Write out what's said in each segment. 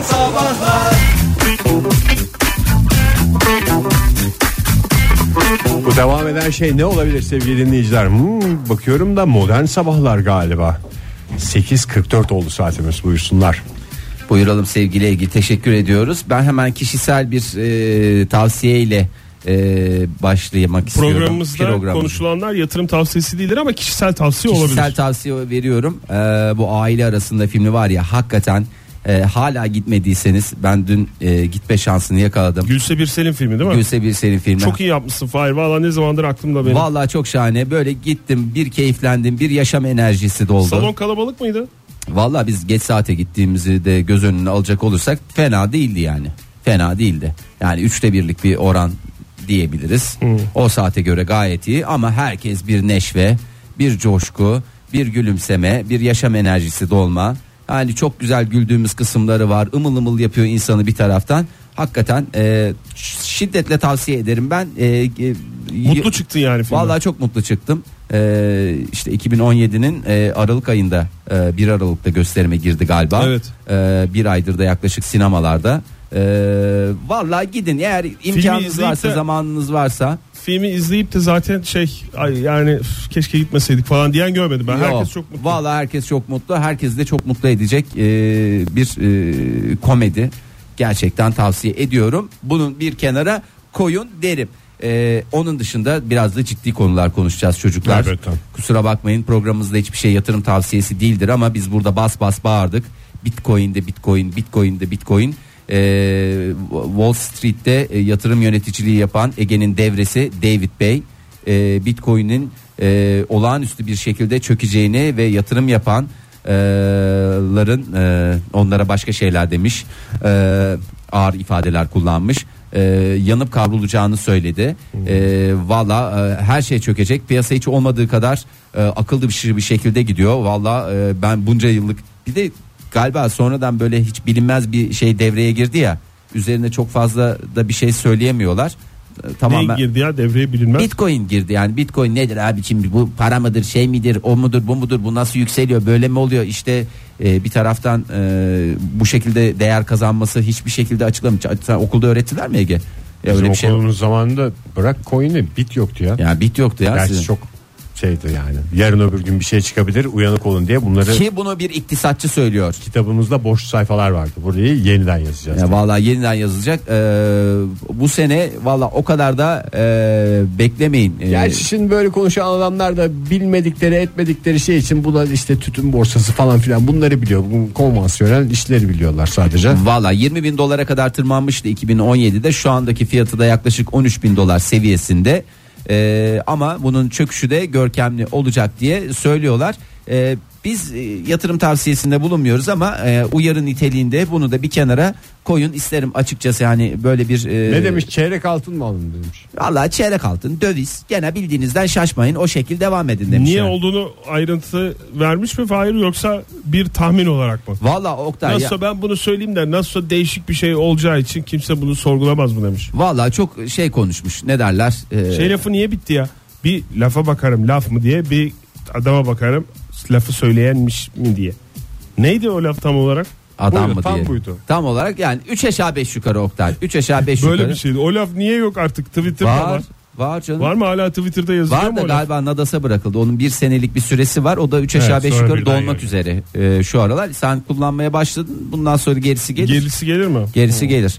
Sabahlar. Bu devam eden şey ne olabilir sevgili dinleyiciler? Bakıyorum da Modern Sabahlar galiba. 8.44 oldu saatimiz, buyursunlar. Buyuralım sevgili Ege, teşekkür ediyoruz. Ben hemen kişisel bir tavsiyeyle başlamak istiyorum. Programımızda konuşulanlar yatırım tavsiyesi değildir ama kişisel tavsiye olabilir. Kişisel tavsiye veriyorum. Bu aile arasında filmi var ya, hakikaten hala gitmediyseniz, ben dün gitme şansını yakaladım. Gülse Birsel'in filmi değil mi? Gülse Birsel'in filmi. Çok iyi yapmışsın Fahir. Valla ne zamandır aklımda benim. Valla çok şahane. Böyle gittim, bir keyiflendim, bir yaşam enerjisi doldu. Salon kalabalık mıydı? Valla biz geç saate gittiğimizi de göz önüne alacak olursak fena değildi yani. Fena değildi. Yani 1/3'lik bir oran diyebiliriz. O saate göre gayet iyi ama herkes bir neşve, bir coşku, bir gülümseme, bir yaşam enerjisi dolma. Yani çok güzel güldüğümüz kısımları var. Imıl ımıl yapıyor insanı bir taraftan. Hakikaten şiddetle tavsiye ederim ben. Mutlu çıktın yani filmden. Vallahi çok mutlu çıktım. İşte 2017'nin Aralık ayında 1 Aralık'ta gösterime girdi galiba. Evet. 1 aydır da yaklaşık sinemalarda. Vallahi gidin, eğer imkanınız varsa, zamanınız varsa. Filmi izleyip de zaten yani keşke gitmeseydik falan diyen görmedim ben. Yok, herkes çok mutlu. Vallahi herkes çok mutlu. Herkes de çok mutlu edecek bir komedi. Gerçekten tavsiye ediyorum. Bunun bir kenara koyun derim. Onun dışında biraz da ciddi konular konuşacağız çocuklar. Evet, tamam. Kusura bakmayın, programımızda hiçbir şey yatırım tavsiyesi değildir ama biz burada bas bas bağırdık. Bitcoin'de Bitcoin. Wall Street'te yatırım yöneticiliği yapan Ege'nin devresi David Bey, Bitcoin'in olağanüstü bir şekilde çökeceğini ve yatırım yapanların onlara başka şeyler demiş, ağır ifadeler kullanmış, yanıp kavrulacağını söyledi. Valla her şey çökecek, piyasa hiç olmadığı kadar akıllı bir şekilde gidiyor. Valla ben bunca yıllık, bir de galiba sonradan böyle hiç bilinmez bir şey devreye girdi ya, üzerine çok fazla da bir şey söyleyemiyorlar. Tamamen. Ne girdi ya devreye, bilinmez? Bitcoin girdi. Yani Bitcoin nedir abi, şimdi bu para mıdır, şey midir, o mudur, bu mudur, bu nasıl yükseliyor, böyle mi oluyor, işte bir taraftan bu şekilde değer kazanması hiçbir şekilde açıklamayacak. Sen okulda öğrettiler mi Ege? Bizim okulumuz zamanında bırak coin'i, bit yoktu ya. Yani bit yoktu ya. Gerçi çok şeydi yani. Yarın öbür gün bir şey çıkabilir, uyanık olun diye bunları. Ki bunu bir iktisatçı söylüyor. Kitabımızda boş sayfalar vardı. Burayı yeniden yazacağız. Ya vallahi yeniden yazılacak. Bu sene vallahi o kadar da beklemeyin. Gerçi şimdi böyle konuşan adamlar da bilmedikleri etmedikleri şey için bunlar işte tütün borsası falan filan bunları biliyor. Bu konvansiyonel işleri biliyorlar sadece. Vallahi 20 bin dolara kadar tırmanmıştı 2017'de. Şu andaki fiyatı da yaklaşık 13 bin dolar seviyesinde. Ama bunun çöküşü de görkemli olacak diye söylüyorlar. Biz yatırım tavsiyesinde bulunmuyoruz ama uyarı niteliğinde bunu da bir kenara koyun isterim açıkçası. Yani böyle bir ne demiş, çeyrek altın mı alın demiş. Vallahi çeyrek altın, döviz, gene bildiğinizden şaşmayın, o şekilde devam edin demiş. Niye olduğunu ayrıntı vermiş mi Fahir, yoksa bir tahmin olarak mı? Vallahi Oktay, nasılsa ben bunu söyleyeyim de nasılsa değişik bir şey olacağı için kimse bunu sorgulamaz mı demiş. Vallahi çok şey konuşmuş, ne derler, şey lafı niye bitti ya, bir lafa bakarım laf mı diye, bir adama bakarım lafı söyleyenmiş mi diye. Neydi o laf tam olarak? Adam buydu, mı tam diye. Buydu. Tam olarak yani 3 aşağı 5 yukarı Oktay. 3 aşağı 5 yukarı. Böyle bir şeydi. O laf niye yok artık? Twitter'da var. Var canım. Var mı hala Twitter'da yazıyor mu? Var da galiba Nadas'a bırakıldı. Onun 1 senelik bir süresi var. O da 3 aşağı 5 yukarı dolmak üzere şu aralar. Sen kullanmaya başladın. Bundan sonra gerisi gelir. Gerisi gelir mi? Gerisi gelir.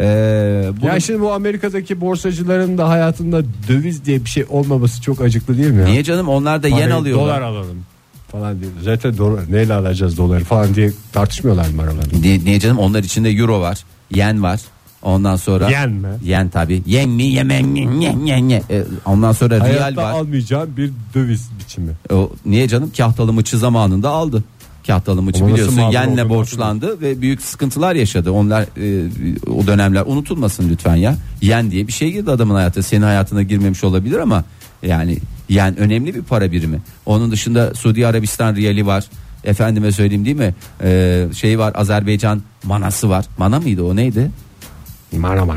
Ya şimdi bu Amerika'daki borsacıların da hayatında döviz diye bir şey olmaması çok acıklı değil mi ya? Niye canım, onlar da yen alıyorlar. Dolar alalım falan diye. Zaten neyle alacağız doları falan diye tartışmıyorlar mı aralarında? Niye canım, onlar içinde euro var, yen var. Ondan sonra yen mi? Yen tabii. Yen mi, yemem mi, yen. Ondan sonra hayatta riyal var. almayacağım bir döviz biçimi. Niye canım? Kahtalı mıçı zamanında aldı. Kahtalı mıçı biliyorsun yenle borçlandı ve büyük sıkıntılar yaşadı. Onlar o dönemler unutulmasın lütfen ya. Yen diye bir şey girdi adamın hayatına. Senin hayatına girmemiş olabilir ama yani yen önemli bir para birimi. Onun dışında Suudi Arabistan riyali var. Efendime söyleyeyim değil mi? Şey var, Azerbaycan manası var. Mana mıydı o, neydi? Mana.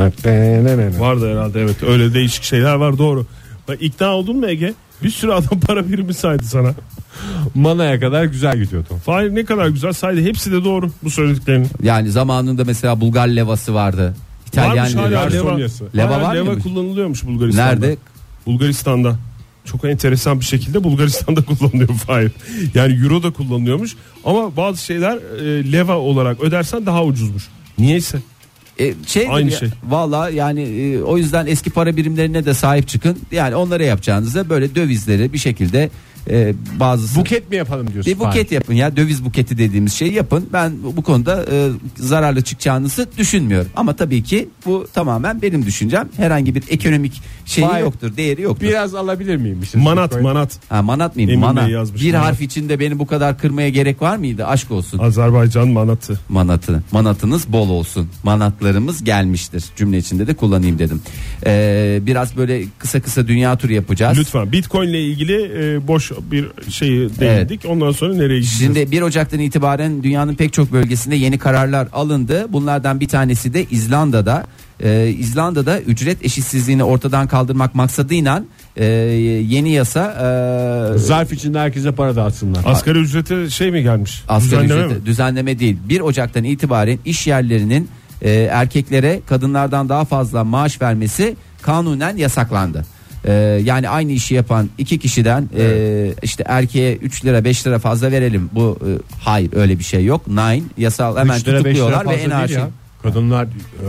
Vardı herhalde, evet. Öyle değişik şeyler var, doğru. Bak, ikna oldun mu Ege? Bir sürü adam para birimi saydı sana. Manaya kadar güzel gidiyordu. Fahir ne kadar güzel saydı. Hepsi de doğru bu söylediklerin. Yani zamanında mesela Bulgar levası vardı. İtalyan Varmış hala leva. Leva var leva mıymış? kullanılıyormuş Bulgaristan'da. Nerede? Bulgaristan'da. Çok enteresan bir şekilde Bulgaristan'da kullanılıyor Fahir. Yani euro da kullanılıyormuş. Ama bazı şeyler leva olarak ödersen daha ucuzmuş. Niyeyse. Aynı şey. Valla yani o yüzden eski para birimlerine de sahip çıkın. Yani onlara yapacağınızda böyle dövizleri bir şekilde bazı buket mi yapalım diyorsun? Bir buket yapın ya, döviz buketi dediğimiz şeyi yapın. Ben bu konuda zararlı çıkacağınızı düşünmüyorum. Ama tabii ki bu tamamen benim düşüncem. Herhangi bir ekonomik şeyi yoktur, değeri yoktur. Biraz alabilir miyim? Manat. Ha, manat mıyım? Emin Manat. Bey yazmış. Bir Manat. harf içinde beni bu kadar kırmaya gerek var mıydı? Aşk olsun. Azerbaycan manatı. Manatınız bol olsun. Manatlarımız gelmiştir. Cümle içinde de kullanayım dedim. Biraz böyle kısa dünya turu yapacağız. Lütfen. Bitcoin ile ilgili boş bir şeyi değindik. Evet. Ondan sonra nereye gideceğiz? Şimdi 1 Ocak'tan itibaren dünyanın pek çok bölgesinde yeni kararlar alındı. Bunlardan bir tanesi de İzlanda'da. İzlanda'da ücret eşitsizliğini ortadan kaldırmak maksadıyla yeni yasa zarf içinde herkese para dağıtsınlar. Asgari ücrete şey mi gelmiş? Düzenleme değil. 1 Ocak'tan itibaren iş yerlerinin erkeklere kadınlardan daha fazla maaş vermesi kanunen yasaklandı. Yani aynı işi yapan iki kişiden işte erkeğe 3 lira 5 lira fazla verelim. Bu hayır, öyle bir şey yok. Nine yasal hemen tutukluyorlar ve en ağır. Kadınlar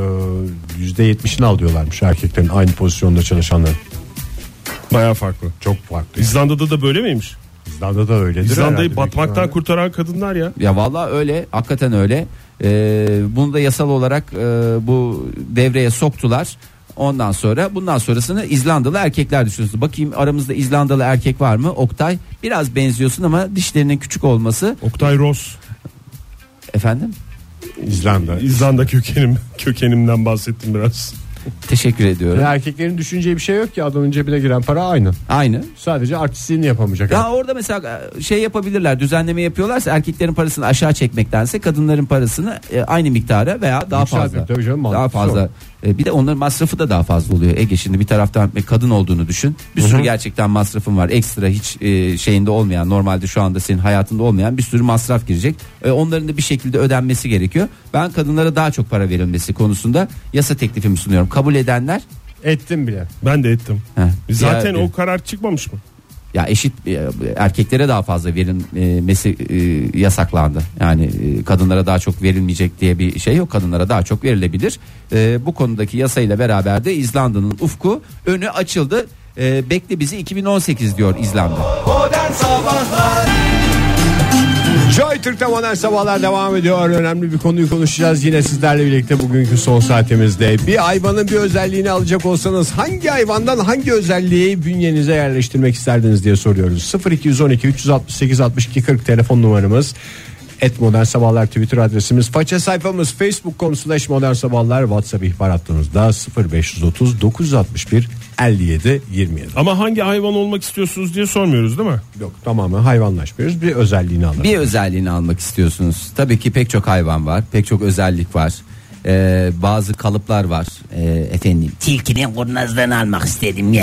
%70'ini alıyorlarmış erkeklerin aynı pozisyonda çalışanların. Bayağı farklı. Çok farklı. İzlanda'da da böyle miymiş? İzlanda'da öyledir. İzlanda'yı batmaktan kurtaran kadınlar ya. Ya vallahi öyle, hakikaten öyle. Bunu da yasal olarak bu devreye soktular. Bundan sonrasını İzlandalı erkekler düşünsün. Bakayım aramızda İzlandalı erkek var mı? Oktay, biraz benziyorsun ama dişlerinin küçük olması. Oktay Ross. Efendim? İzlanda kökenimden bahsettim biraz. Teşekkür ediyorum. Erkeklerin düşüneceği bir şey yok ki, adamın cebine giren para aynı. Aynı. Sadece artistliğini yapamayacak. Ya orada mesela şey yapabilirler, düzenleme yapıyorlarsa erkeklerin parasını aşağı çekmektense kadınların parasını aynı miktara veya daha fazla. Tabii canım, daha fazla. Bir de onların masrafı da daha fazla oluyor. Ege, şimdi bir taraftan kadın olduğunu düşün. Bir sürü gerçekten masrafın var. Ekstra hiç şeyinde olmayan, normalde şu anda senin hayatında olmayan bir sürü masraf girecek. Onların da bir şekilde ödenmesi gerekiyor. Ben kadınlara daha çok para verilmesi konusunda yasa teklifimi sunuyorum. Kabul edenler? Ettim bile. Ben de ettim. Zaten o karar çıkmamış mı? Ya eşit erkeklere daha fazla verilmesi yasaklandı. Yani kadınlara daha çok verilmeyecek diye bir şey yok. Kadınlara daha çok verilebilir. Bu konudaki yasayla beraber de İzlanda'nın ufku önü açıldı. Bekle bizi 2018 diyor İzlanda. Modern Sabahlar. Joy Türk'te Modern Sabahlar devam ediyor. Önemli bir konuyu konuşacağız yine sizlerle birlikte bugünkü son saatimizde. Bir hayvanın bir özelliğini alacak olsanız hangi hayvandan hangi özelliği bünyenize yerleştirmek isterdiniz diye soruyoruz. 0212 368 62 40 telefon numaramız. @Modern Sabahlar Twitter adresimiz, faça sayfamız facebook.com/Modern Sabahlar, WhatsApp ihbar hattımızda 0530 961 57 27. Ama hangi hayvan olmak istiyorsunuz diye sormuyoruz değil mi? Yok, tamamen hayvanlaşmıyoruz, bir özelliğini alalım. Bir özelliğini almak istiyorsunuz. Tabii ki pek çok hayvan var, pek çok özellik var. Bazı kalıplar var. Efendim, tilkinin kurnazlığını almak istedim.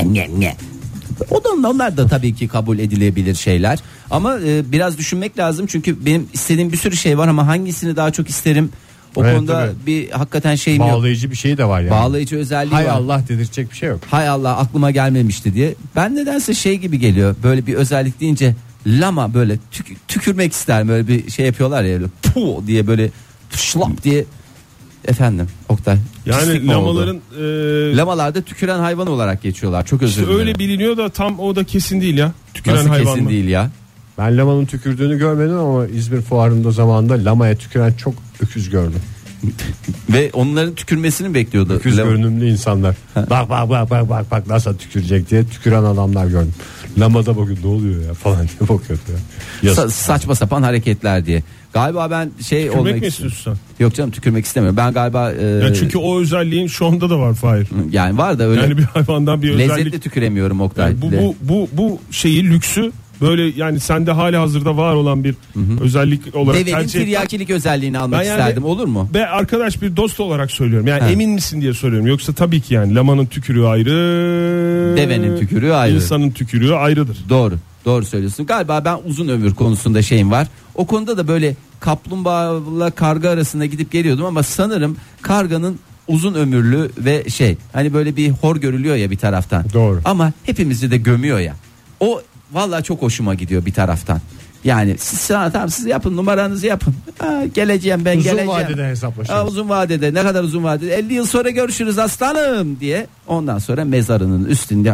onlar da tabii ki kabul edilebilir şeyler. Ama biraz düşünmek lazım, çünkü benim istediğim bir sürü şey var ama hangisini daha çok isterim? O konuda tabii bir hakikaten şeyim yok. Bağlayıcı bir şey de var yani. Bağlayıcı özelliği Hay var. Allah dedirtecek bir şey yok. Hay Allah, aklıma gelmemişti diye. Ben nedense şey gibi geliyor. Böyle bir özellik deyince lama, böyle tükürmek ister, böyle bir şey yapıyorlar ya, böyle pu diye, böyle şlap diye. Efendim Oktay. Yani lamaların lamalarda tüküren hayvan olarak geçiyorlar. Çok özür dilerim. Öyle biliniyor da tam o da kesin değil ya. Tüküren Nasıl hayvan kesin mı? değil ya? Ben lamanın tükürdüğünü görmedim ama İzmir fuarında zamanında lamaya tüküren çok öküz gördüm. Ve onların tükürmesini bekliyordu. Öküz görünümlü insanlar. Bak nasıl tükürecek diye tüküren adamlar gördüm. Lamada bakın ne oluyor ya falan diye bakıyordu ya. Saçma sapan hareketler diye. Galiba ben tükürmek mi istiyorsun sen? Yok canım, tükürmek istemiyorum. Ben galiba ya çünkü o özelliğin şu anda da var Fahir. Yani var da öyle. Yani bir hayvandan bir özellik. Lezzetli tüküremiyorum Oktay. Yani bu şeyi, lüksü böyle, yani sende hali hazırda var olan bir özellik olarak devenin tiryakilik özelliğini almak isterdim, olur mu? Ve arkadaş, bir dost olarak söylüyorum. Yani emin misin diye soruyorum. Yoksa tabii ki yani lamanın tükürüğü ayrı, devenin tükürüğü ayrı, insanın tükürüğü ayrıdır. Doğru. Doğru söylüyorsun. Galiba ben uzun ömür konusunda şeyim var. O konuda da böyle kaplumbağayla karga arasında gidip geliyordum ama sanırım karganın uzun ömürlü ve hani böyle bir hor görülüyor ya bir taraftan. Doğru. Ama hepimizi de gömüyor ya. O vallahi çok hoşuma gidiyor bir taraftan. Yani siz yapın, numaranızı yapın. Geleceğim ben, geleceğim. Uzun vadede hesaplaşıyoruz. Uzun vadede, ne kadar uzun vadede? 50 yıl sonra görüşürüz aslanım diye. Ondan sonra mezarının üstünde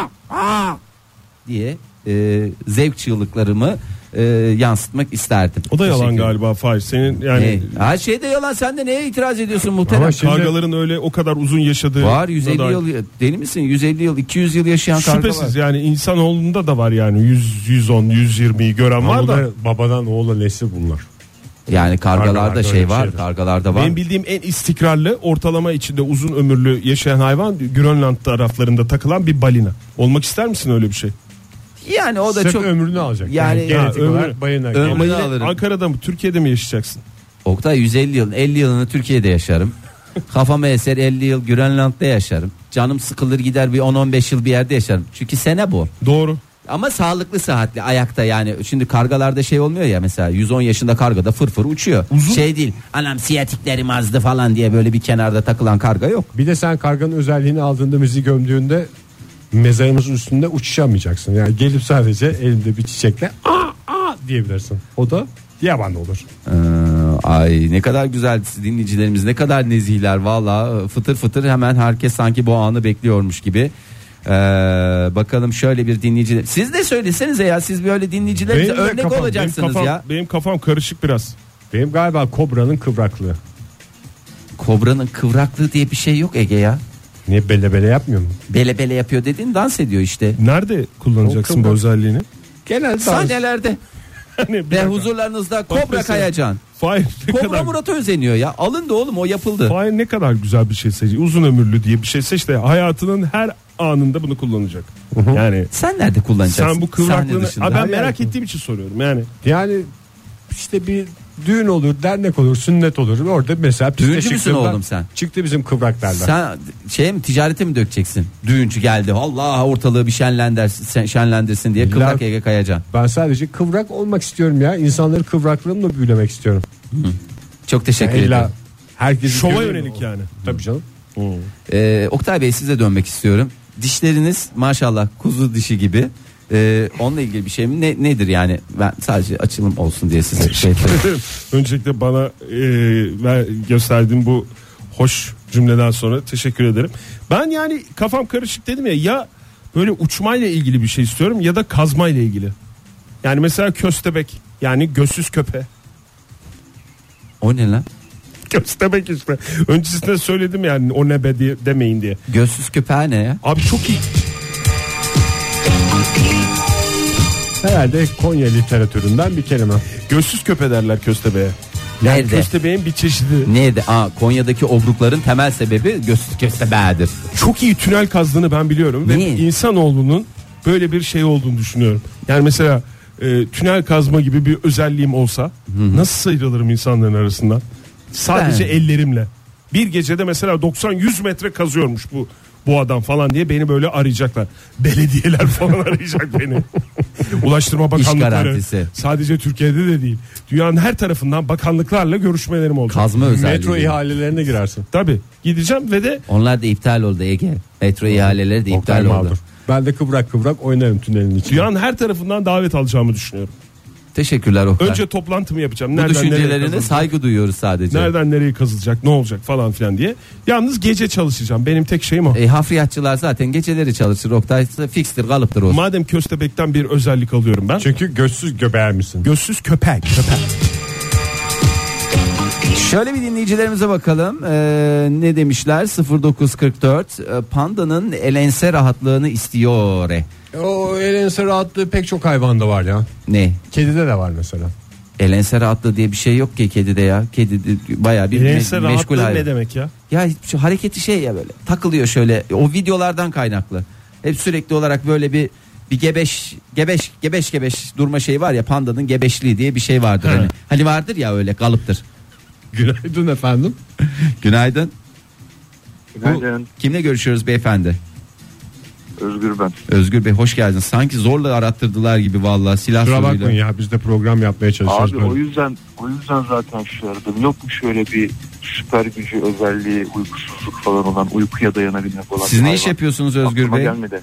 diye zevk çığlıklarımı yansıtmak isterdim. O da yalan galiba Fahir. Senin yani her şey de yalan. Sen de neye itiraz ediyorsun muhterem? kargaların öyle o kadar uzun yaşadığı var. 150 yıl, deli misin? 150 yıl, 200 yıl yaşayan karga var. Şüphesiz yani insanoğlunda da var yani 100, 110, 120'yi gören var da. Babadan oğula nesli bunlar. Yani kargalarda Kargalarda var. şeydir. Kargalarda var. Benim bildiğim en istikrarlı ortalama içinde uzun ömürlü yaşayan hayvan Grönland taraflarında takılan bir balina. Olmak ister misin öyle bir şey? Yani o da Sırf çok ömrünü alacak. Yani genetik ömrü- olarak balina. ömrü- Ama yine alırım. Ankara'da mı Türkiye'de mi yaşayacaksın? Oktay 150 yıl, 50 yılını Türkiye'de yaşarım. Kafama eser 50 yıl Grönland'da yaşarım. Canım sıkılır gider bir 10-15 yıl bir yerde yaşarım. Çünkü sene bol. Doğru. Ama sağlıklı sıhhatli ayakta yani. Şimdi kargalarda olmuyor ya, mesela 110 yaşında karga da fırfır uçuyor. Değil. Anam siyatiklerim azdı falan diye böyle bir kenarda takılan karga yok. Bir de sen karganın özelliğini aldığında, bizi gömdüğünde mezarımızın üstünde uçuşamayacaksın. Yani gelip sadece elinde bir çiçekle diyebilirsin. O da yaban olur. Ay ne kadar güzel dinleyicilerimiz, ne kadar nezihler valla, fıtır fıtır hemen herkes sanki bu anı bekliyormuş gibi. Bakalım şöyle bir dinleyici, siz de söylesenize ya, siz böyle dinleyicilerimize Benim de örnek kafam- olacaksınız ya. Benim kafam karışık biraz. Benim galiba kobranın kıvraklığı. Kobranın kıvraklığı diye bir şey yok Ege ya. Niye bele bele yapmıyor mu? Bele bele yapıyor dediğin dans ediyor işte. Nerede kullanacaksın bu özelliğini? Genel Sahnelerde Hani ve huzurlarınızda kobra mesela- kayacan. Fahir ne Kobra kadar Murat'a özeniyor ya. Alındı oğlum, o yapıldı. Fahir ne kadar güzel bir şey seç. Uzun ömürlü diye bir şey seç de hayatının her anında bunu kullanacak. Yani Sen nerede kullanacaksın? sen bu Sahne kıvraklığını dışında. ben Her merak yerde. ettiğim için soruyorum yani. Yani işte bir düğün olur, dernek olur, sünnet olur. Orada mesela piste Düğüncü müsün çıktığında oğlum sen? Çıktı bizim kıvraklardan. Sen ticarete mi dökeceksin? Düğüncü geldi. Allah ortalığı bir şenlendirsin diye kıvrak Ege Kayacan. Ben sadece kıvrak olmak istiyorum ya. İnsanları kıvraklığımla büyülemek istiyorum. Çok teşekkür Yani ederim. illa herkesi Şova göreyim yönelik o. yani. Tabii canım. Oktay Bey, size dönmek istiyorum. Dişleriniz maşallah kuzu dişi gibi. Onunla ilgili bir şey mi? Nedir yani? Ben sadece açılım olsun diye size Öncelikle bana gösterdiğim bu hoş cümleden sonra teşekkür ederim. Ben yani kafam karışık dedim ya böyle uçmayla ilgili bir şey istiyorum ya da kazmayla ilgili. Yani mesela köstebek, yani gözsüz köpe. O ne lan? Köstebek işte. Öncesinde söyledim yani o ne be diye demeyin diye. Gözsüz köpeği ne ya? Abi çok iyi. Herhalde Konya literatüründen bir kelime. Gözsüz köpe derler köstebeğe. Yani Nerede? köstebeğin bir çeşidi. Neydi? Konya'daki obrukların temel sebebi gözsüz köstebeğidir. Çok iyi tünel kazdığını ben biliyorum. Ve Niye? insanoğlunun böyle bir şey olduğunu düşünüyorum. Yani mesela tünel kazma gibi bir özelliğim olsa nasıl sıyrılırım insanların arasından? Sadece ellerimle. Bir gecede mesela 90-100 metre kazıyormuş bu adam falan diye beni böyle arayacaklar. Belediyeler falan arayacak beni. Ulaştırma Bakanlıkları. garantisi. Sadece Türkiye'de de değil. Dünyanın her tarafından bakanlıklarla görüşmelerim olacak. Kazma özelliği. Metro ihalelerine girersin. Tabii gideceğim ve de Onlar da iptal oldu Ege. Metro ihaleleri de iptal Oktay oldu. mağdur. Ben de kıvrak kıvrak oynarım tünelin içinde. dünyanın her tarafından davet alacağımı düşünüyorum. Teşekkürler Oktay. Önce toplantımı yapacağım. Bu Nereden nereye düşüncelerine kazılacak? saygı duyuyoruz sadece. Nereden nereye kazılacak, ne olacak falan filan diye. Yalnız gece çalışacağım. Benim tek şeyim o. Hafriyatçılar zaten geceleri çalışır Oktay. Fikstir, kalıptır o. Madem köstebekten bir özellik alıyorum ben. Çünkü gözsüz göbeğer misin? Gözsüz köpek. Şöyle bir dinleyicilerimize bakalım. Ne demişler? 0944 pandanın elense rahatlığını istiyor. O elense rahatlığı pek çok hayvanda var ya. Ne? Kedide de var mesela. Elense rahatlığı diye bir şey yok ki kedide ya. Kedi bayağı bir Neyse meşgul rahatlığı hayvan. ne demek ya? Ya şu hareketi ya böyle takılıyor şöyle, o videolardan kaynaklı. Hep sürekli olarak böyle bir gebeş durma şeyi var ya, pandanın gebeşliği diye bir şey vardır hani. Hani vardır ya, öyle kalıptır. Günaydın efendim. Günaydın. Günaydın. Kimle görüşüyoruz beyefendi? Özgür ben. Özgür Bey hoş geldiniz. Sanki zorla arattırdılar gibi vallahi silah Kusura soruyla. bakmayın ya, biz de program yapmaya çalışıyoruz. Abi böyle. o yüzden zaten şu aradım. Yok mu şöyle bir süper gücü, özelliği, uykusuzluk falan olan, uykuya dayanabilmek olan. Siz ne iş yapıyorsunuz Özgür Aklıma Bey? gelmedi.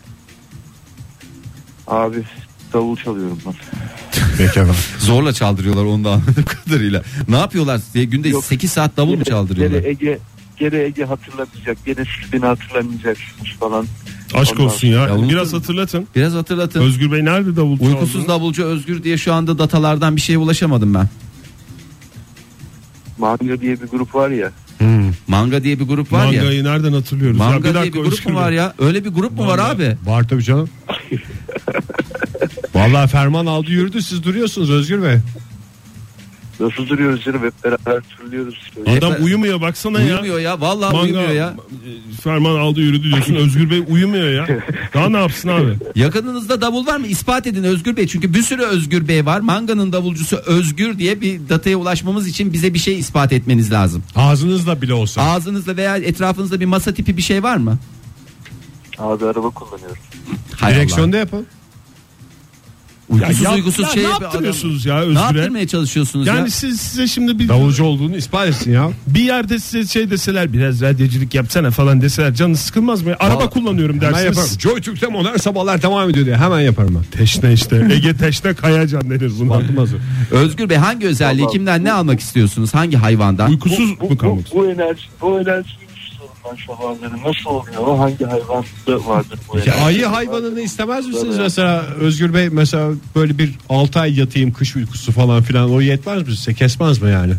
Abi davul çalıyorum ben. Peki efendim. Zorla çaldırıyorlar onu da anladığım kadarıyla. Ne yapıyorlar? Günde Yok. 8 saat davul mu çaldırıyorlar? Gene Ege hatırlatacak. Gene siz beni hatırlamayacaksınız falan. Aşk olsun ya. Ya Biraz hatırlatın. Biraz hatırlatın. Özgür Bey nerede davul çaldı? Uykusuz davulcu Özgür diye şu anda datalardan bir şeye ulaşamadım ben. Manga diye bir grup var ya. Manga diye bir grup var ya. Mangayı nereden hatırlıyoruz? Manga Ya bir diye dakika, bir grup Özgür mu var Bey. ya? Öyle bir grup mu var abi? Var tabii canım. Vallahi ferman aldı yürüdü, siz duruyorsunuz Özgür Bey. Nasıl duruyoruz canım, hep beraber turluyoruz işte. Adam uyumuyor baksana ya. Uyumuyor ya. Vallahi uyumuyor ya. Ferman aldı yürüdü diyorsun. Özgür Bey uyumuyor ya. Daha ne yapsın abi? Yakınınızda davul var mı? İspat edin Özgür Bey. Çünkü bir sürü Özgür Bey var. Manga'nın davulcusu Özgür diye bir dataya ulaşmamız için bize bir şey ispat etmeniz lazım. Ağzınızla bile olsa. Ağzınızda veya etrafınızda bir masa tipi bir şey var mı? Abi araba kullanıyorum. Hay Direksiyonda Allah. yapın. Uykusuz şey ne bir adam. yaptırıyorsunuz ya Ne Özgür'e? yaptırmaya çalışıyorsunuz Yani ya? size şimdi bir Davulcu olduğunu ispat etsin ya. bir yerde size şey deseler, biraz radyoculuk yapsana falan deseler, canınız sıkılmaz mı? Araba Vallahi- kullanıyorum Hemen yaparım. dersiniz. Joy Türk'te modern sabahlar devam ediyor diye hemen yaparım ben. Teşne işte. Ege Teşne Kayacan denir buna. Baktım hazır. Özgür Bey hangi özelliği Vallahi- kimden ne almak istiyorsunuz? Hangi hayvandan? Uykusuz mu kalmak? Bu enerji sorundan sabahları nasıl oluyor? O hangi hayvanda vardır bu enerji? Ayı hayvanını istemez misiniz mesela Özgür Bey? Mesela böyle bir 6 ay yatayım, kış uykusu falan filan, o yetmez mi size, kesmez mi yani?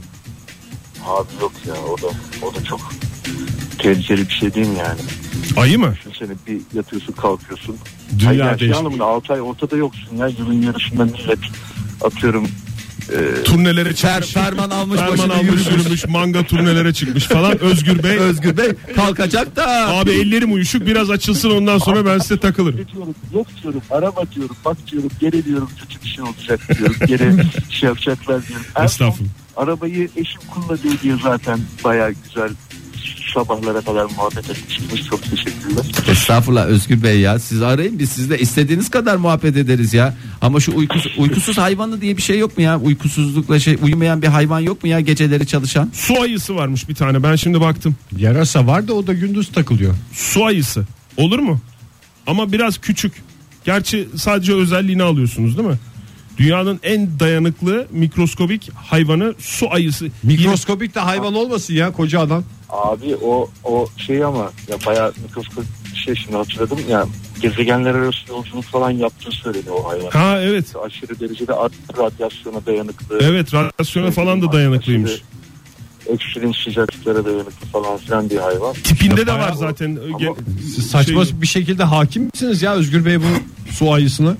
Abi yok ya, o da çok tehlikeli bir şey değil mi yani? Ayı mı? Düşünsene, bir yatıyorsun kalkıyorsun. Dünya Hayır, yani değişti. anlamında 6 ay ortada yoksun ya, yılın yarısında millet atıyorum. Turnelere çıkmış. Ferman almış Ferman başını almış yürümüş. yürümüş. Manga turnelere çıkmış falan. Özgür Bey. Özgür Bey kalkacak da. Abi ellerim uyuşuk, biraz açılsın ondan sonra ben size takılırım. Diyorum, yok diyorum, araba diyorum, bak diyorum, gene diyorum kötü bir şey olacak diyorum. Gene şey yapacaklar diyorum. En son Estağfurullah. arabayı eşim kullanıyor diye zaten bayağı güzel sabahlara kadar muhabbet etmiştiniz. Çok teşekkürler. Estağfurullah Özgür Bey ya, siz arayın, biz sizle istediğiniz kadar muhabbet ederiz ya. Ama şu uykusuz hayvanı diye bir şey yok mu ya? Uykusuzlukla uyumayan bir hayvan yok mu ya, geceleri çalışan? Su ayısı varmış bir tane, ben şimdi baktım. Yarasa var da o da gündüz takılıyor. Su ayısı olur mu? Ama biraz küçük. Gerçi sadece özelliğini alıyorsunuz değil mi? Dünyanın en dayanıklı mikroskobik hayvanı su ayısı. Mikroskobik de hayvan olmasın ya, koca adam. Abi o şey ama ya bayağı mikroskop bir şey, şimdi hatırladım ya, gezegenler arası yolculuk falan yaptığı söyledi o hayvan. Ha evet. Aşırı derecede radyasyona dayanıklı. Evet, radyasyona falan da dayanıklıymış. Ekstrem sıcaklıklara dayanıklı falan filan bir hayvan. Tipinde de var zaten. Siz saçma Şey- bir şekilde hakim misiniz ya Özgür Bey bu su ayısına?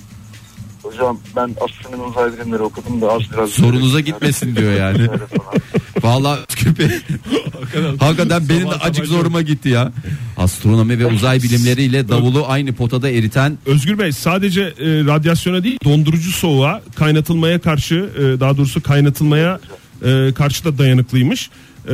Hocam ben astronomi uzay bilimleri okudum da az biraz. Zorunuza gitmesin diyor yani. Vallahi Özgür Bey hakikaten benim de acık zoruma gitti ya. Astronomi ve uzay bilimleriyle davulu aynı potada eriten. Özgür Bey sadece radyasyona değil, dondurucu soğuğa, kaynatılmaya karşı, daha doğrusu kaynatılmaya karşı da dayanıklıymış.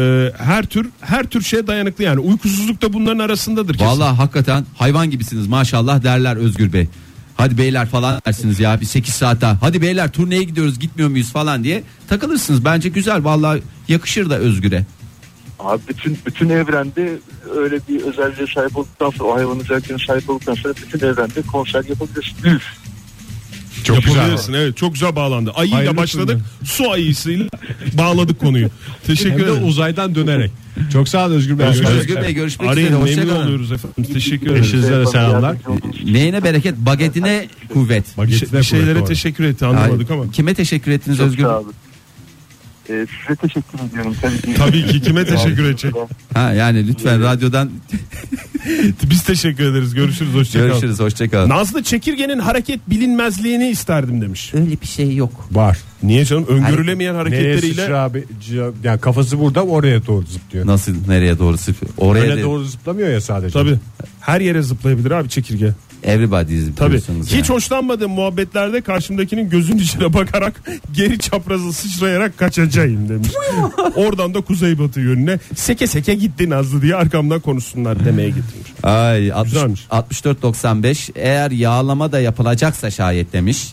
Her tür şeye dayanıklı yani. Uykusuzluk da bunların arasındadır kesin. Vallahi hakikaten hayvan gibisiniz maşallah derler Özgür Bey. Hadi beyler falan dersiniz ya, bir 8 saat daha. Hadi beyler turneye gidiyoruz, gitmiyor muyuz falan diye takılırsınız. Bence güzel, vallahi yakışır da Özgür'e. Abi bütün evrende öyle bir özelliğe sahip olduktan sonra, o hayvanın özelliğine sahip olduktan sonra bütün evrende konser yapabilirsin. Üf. Çok Yapabilirsin, evet, çok güzel bağlandı. Ayıyla Hayırlı başladık, su ayısıyla bağladık konuyu. Teşekkür Hem de ederim. uzaydan dönerek. Çok sağ olun Özgür Bey. Özgür Bey görüşmek üzere, Arayın, memnun hoşçakalın. oluyoruz efendim. Teşekkür ederiz. Eşinize de selamlar. Neyine bereket, bagetine kuvvet. Bir şeylere teşekkür etti, anlamadık ama. Kime teşekkür ettiniz Çok Özgür Bey? sağ olun. Size teşekkür ediyorum. Tabii ki, kime teşekkür edecek? Ha yani lütfen radyodan Biz teşekkür ederiz. Görüşürüz, hoşçakalın. görüşürüz, hoşçakalın. Nazlı Çekirge'nin hareket bilinmezliğini isterdim demiş. Öyle bir şey yok. Var. Niye canım? Öngörülemeyen Nereye hareketleriyle. sıçra abi? Yani kafası burada, oraya doğru zıplıyor. Nasıl, nereye doğru sıfır? Oraya Öyle de- doğru zıplamıyor ya sadece. Tabii. Her yere zıplayabilir abi çekirge. Everybody's Tabii. biliyorsunuz Hiç yani. hoşlanmadığım muhabbetlerde karşımdakinin gözünün içine bakarak geri çaprazı sıçrayarak kaçacağım demiş. Oradan da kuzeybatı yönüne seke seke gitti Nazlı diye arkamdan konuşsunlar demeye getirmiş. Ay Güzelmiş. 64.95 eğer yağlama da yapılacaksa şayet demiş.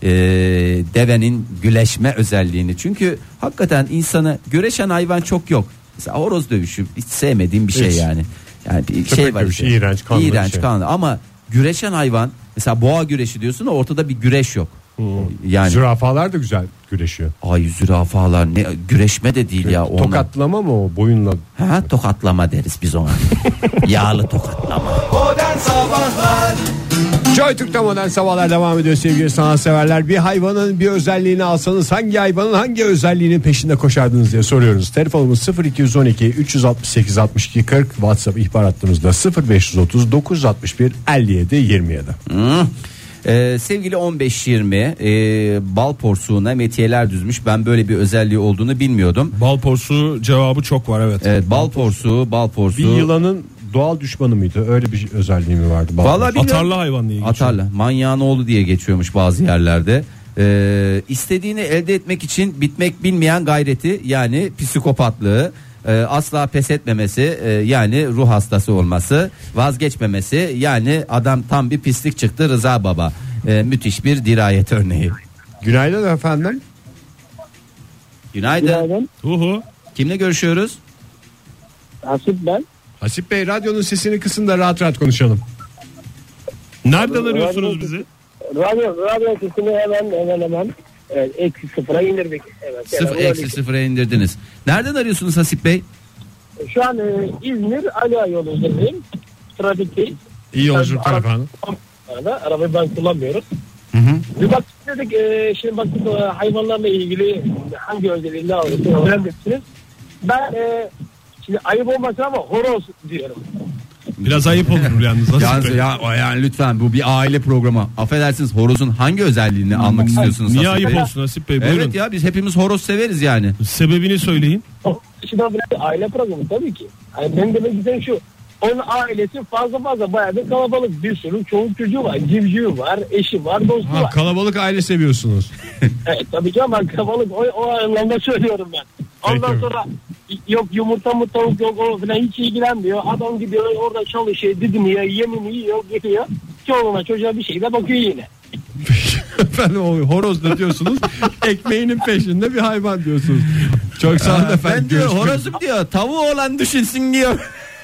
Devenin güleşme özelliğini. Çünkü hakikaten insanı güreşen hayvan çok yok. Mesela horoz dövüşü hiç sevmediğim bir şey Hiç. yani. Yani bir Köpek şey var. dövüşü, işte. iğrenç, kanlı bir şey. kanlı. Ama güreşen hayvan mesela boğa güreşi diyorsun da ortada bir güreş yok. Yani Zürafalar da güzel güreşiyor. ay zürafalar ne güreşme de değil ya. Tokatlama mı o boyunla? Ha, tokatlama deriz biz ona. Yağlı tokatlama. Modern Sabahlar Joy Türk'te modern sabahlar devam ediyor sevgili sanatseverler. Bir hayvanın bir özelliğini alsanız hangi hayvanın hangi özelliğinin peşinde koşardınız diye soruyoruz. Telefonumuz 0212 368 62 40, WhatsApp ihbar hattımızda 0530 961 57 27. Sevgili 15-20 bal porsuğuna metiyeler düzmüş. Ben böyle bir özelliği olduğunu bilmiyordum. Bal porsuğu cevabı çok var evet. Evet, bal porsuğu. Bir yılanın doğal düşmanı mıydı? Öyle bir özelliği mi vardı? Vallahi bilmiyorum. Atarlı hayvan diye geçiyor. Atarlı. Manyağın oğlu diye geçiyormuş bazı yerlerde. İstediğini elde etmek için bitmek bilmeyen gayreti yani psikopatlığı, asla pes etmemesi yani ruh hastası olması, vazgeçmemesi yani adam tam bir pislik çıktı Rıza Baba. Müthiş bir dirayet örneği. Günaydın efendim. Günaydın. Uhu. Kimle görüşüyoruz? Hasip ben. Hasip Bey radyonun sesini kısın da rahat rahat konuşalım. Nereden arıyorsunuz bizi? Radyo sesini hemen eksi sıfıra indirdik. Evet, Sıfıra indirdiniz. Nereden arıyorsunuz Hasip Bey? Şu an İzmir Aliağa yolundayım. Trafikteyiz. İyi yolculuklar efendim. Arabayı ben kullanmıyorum. Bir baktık dedik şimdi baktık hayvanlarla ilgili hangi özelliğini öğrenmişsiniz. Ben şimdi ayıp olmasın ama horoz diyorum. Biraz ayıp olur yalnız. Yani lütfen bu bir aile programı. Affedersiniz horozun hangi özelliğini almak istiyorsunuz? Niye Hasip ayıp Bey? olsun Hasip Bey? Buyurun. Evet ya biz hepimiz horoz severiz yani. Sebebini söyleyin. Şimdi bir aile programı tabii ki. Yani benim demek istediğim şu. Onun ailesi fazla bayağı bir kalabalık, bir sürü çoluk çocuğu var, civcivi var, eşi var, dostu var. Kalabalık aile seviyorsunuz. Evet tabii canım ben kalabalık o anlamda söylüyorum ben. Ondan Peki. sonra yok yumurta mı tavuk yok o falan hiç ilgilenmiyor. Adam gidiyor orada çalışıyor, didiniyor, yemini yiyor, getiriyor. Çoluğuna çocuğa bir şeyle bakıyor yine. Efendim o horoz da diyorsunuz. Ekmeğinin peşinde bir hayvan diyorsunuz. Çok sağ olun efendim. Ben diyor Görüşmek horozum diyor tavuğu olan düşünsün diyor.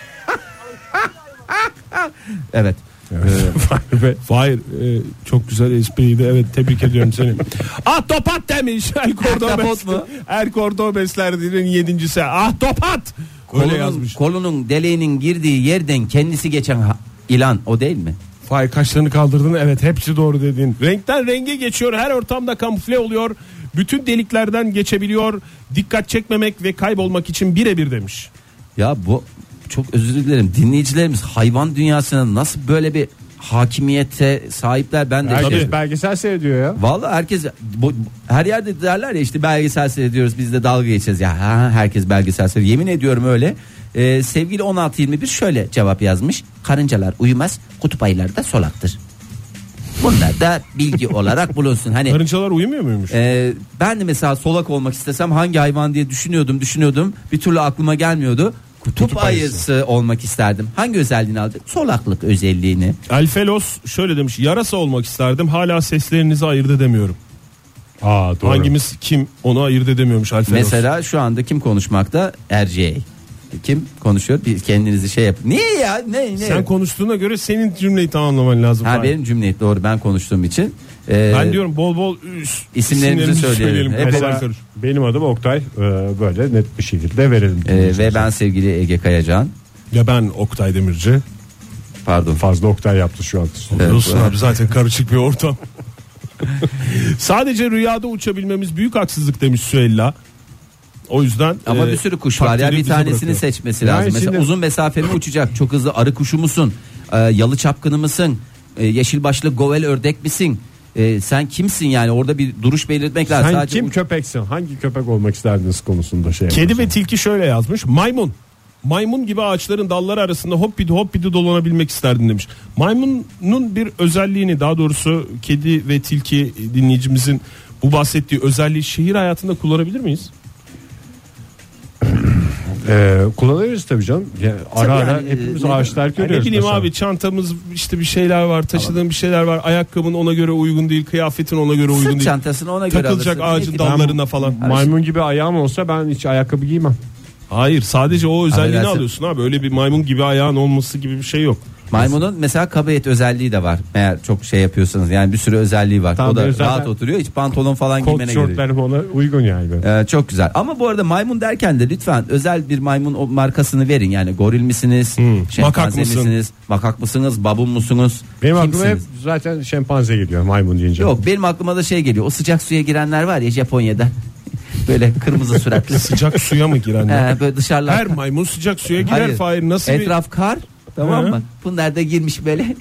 Evet. Fahir çok güzel espriydi. Evet tebrik ediyorum seni. Ahtopat demiş. Ahtapot mu? El Cordobesler'in 7.'si. Ahtopat. Öyle yazmış. Kolunun deliğinin girdiği yerden kendisi geçen ilan o değil mi? Fahir kaşlarını kaldırdın. Evet hepsi doğru dedin. Renkten renge geçiyor. Her ortamda kamufle oluyor. Bütün deliklerden geçebiliyor. Dikkat çekmemek ve kaybolmak için birebir demiş. Ya bu çok özür dilerim dinleyicilerimiz hayvan dünyasına nasıl böyle bir hakimiyete sahipler ben de Herkes belgesel seyrediyor ya. vallahi herkes her yerde derler ya işte belgesel seyrediyoruz biz de dalga geçeceğiz ya herkes belgesel seyrediyor yemin ediyorum öyle. Sevgili 1621 şöyle cevap yazmış: karıncalar uyumaz, kutup ayıları da solaktır. Bunlar da bilgi olarak bulunsun. Hani Karıncalar uyumuyor muymuş? ben de mesela solak olmak istesem hangi hayvan diye düşünüyordum bir türlü aklıma gelmiyordu. Kutup ayısı olmak isterdim. Hangi özelliğini aldık? Solaklık özelliğini. Alfelos şöyle demiş: yarasa olmak isterdim. Hala seslerinizi ayırt edemiyorum. Doğru. Hangimiz kim onu ayırt edemiyormuş Alfelos. Mesela şu anda kim konuşmakta? RJ. Kim konuşuyor? Bir kendinizi şey yap. Niye ya? Ne? Sen konuştuğuna göre senin cümleyi tamamlaman lazım. Benim cümleyi doğru ben konuştuğum için. Ben diyorum bol isimlerimizi söyleyelim. Hep Mesela benim adım Oktay. Böyle net bir şekilde verelim. ve ben sevgili Ege Kayacan. Ya ben Oktay Demirci. Pardon. Fazla Oktay yaptı şu an. Olsun abi zaten karışık bir ortam. Sadece rüyada uçabilmemiz büyük haksızlık demiş Süheyla. O yüzden ama bir sürü kuş var ya takdiri bir bize tanesini bırakıyor. seçmesi Yani lazım. Mesela şimdi- uzun mesafe mi uçacak? Çok hızlı arı kuşu musun? Yalı çapkını mısın? Yeşil başlı govel ördek misin? Sen kimsin yani? Orada bir duruş belirtmek lazım. Sen Sadece kim köpeksin? Hangi köpek olmak isterdiniz konusunda şey. Kedi ve tilki şöyle yazmış: maymun. maymun gibi ağaçların dalları arasında hoppidi dolanabilmek isterdim demiş. Maymunun bir özelliğini, daha doğrusu kedi ve tilki dinleyicimizin bu bahsettiği özelliği şehir hayatında kullanabilir miyiz? Kullanıyoruz tabii canım. Yani ara ara hepimiz ağaçlar görüyoruz. Ne bileyim mesela. abi, çantamız işte bir şeyler var, taşıdığın bir şeyler var. Ayakkabın ona göre uygun değil, kıyafetin ona göre uygun Sırt değil. çantasını ona göre takılacak alırsın. ağacın dallarına falan. Maymun gibi ayağım olsa ben hiç ayakkabı giymem. Hayır, sadece o özelliğini Affedersin. alıyorsun abi. Öyle bir maymun gibi ayağın olması gibi bir şey yok. Maymunun mesela kabaret özelliği de var. Eğer çok şey yapıyorsanız, yani bir sürü özelliği var. Tamam, o da zaten rahat oturuyor. Hiç pantolon falan Kot giymene gerek yok. şortlarım ona uygun yani. Çok güzel. Ama bu arada maymun derken de lütfen özel bir maymun markasını verin. Yani goril misiniz? Makak Şempanze mısın? misiniz? Makak mısınız? Babun musunuz? Benim aklıma hep Kimsiniz? zaten şempanze geliyor maymun deyince. Yok, benim aklıma da şey geliyor. O sıcak suya girenler var ya Japonya'da. Böyle kırmızı suratlı. Sıcak suya mı girenler? Böyle dışarılar. Her maymun sıcak suya girer. Hayır. Fahir, nasıl Etraf kar. Tamam Hı. mı? Bunlar da girmiş böyle.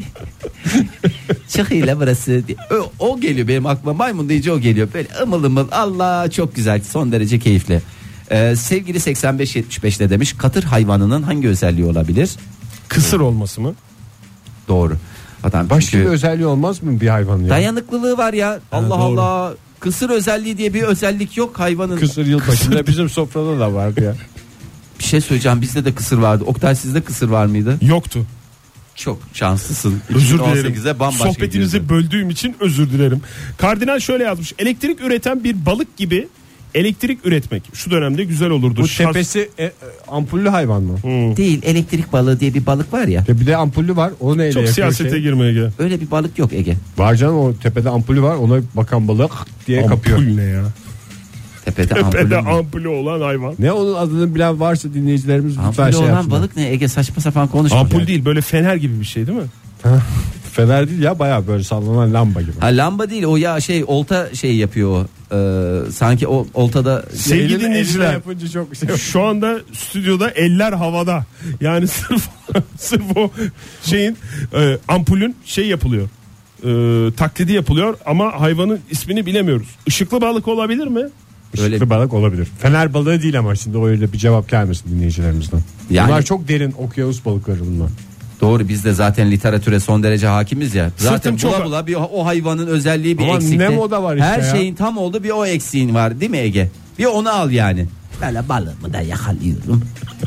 Çıkıyla burası diye. O geliyor benim aklıma. Maymun deyince o geliyor. Böyle ımıl ımıl. Allah, çok güzel. Son derece keyifli. Sevgili 85-75'te demiş. Katır hayvanının hangi özelliği olabilir? kısır olması mı? Doğru. Adam Başka çünkü bir özelliği olmaz mı bir hayvanın ya? dayanıklılığı var ya. Allah doğru. Allah. Kısır özelliği diye bir özellik yok hayvanın. Kısır yılbaşında bizim sofrada da vardı ya. Bir şey söyleyeceğim. Bizde de kısır vardı. Oktay, sizde kısır var mıydı? Yoktu. Çok şanslısın. Özür 2018'e dilerim. bambaşka Sohbetinizi gidiyordu. böldüğüm için özür dilerim. Kardinal şöyle yazmış. Elektrik üreten bir balık gibi elektrik üretmek şu dönemde güzel olurdu. Bu tepesi ampullü hayvan mı? Değil, elektrik balığı diye bir balık var ya. Bir de ampullü var. O neyle Çok yakıyor siyasete şey? girmeye gel. Öyle bir balık yok Ege. Var canım, o tepede ampulü var. Ona bakan balık diye kapıyor. Ampul ne ya? Tepede Tepede ampulü. ampulü olan hayvan. Ne onun adını bilen varsa dinleyicilerimiz lütfen Ampulü şey olan yapsınlar. balık ne Ege, saçma sapan konuşma. Ampul Yani. değil, böyle fener gibi bir şey değil mi? Fener değil ya, bayağı böyle sallanan lamba gibi. Ha, lamba değil o ya, şey olta şey yapıyor o. Sanki o oltada Sevgili Eline dinleyiciler, yapınca çok şey. şu anda stüdyoda eller havada. Yani sırf o şeyin ampulün şey yapılıyor. Taklidi yapılıyor ama hayvanın ismini bilemiyoruz. Işıklı balık olabilir mi? Öyle- Işıklı balık olabilir. Fener balığı değil ama şimdi öyle bir cevap gelmesin dinleyicilerimizden. Yani- Bunlar çok derin okyanus balıkları bunlar. doğru, biz de zaten literatüre son derece hakimiz ya. Zaten Sırtım çok- bula bula bir o hayvanın özelliği bir Ama eksikti. Nemo'da var işte Her ya. şeyin tam oldu, bir o eksiğin var değil mi Ege? Bir onu al yani. Böyle balığımı da yakalıyorum.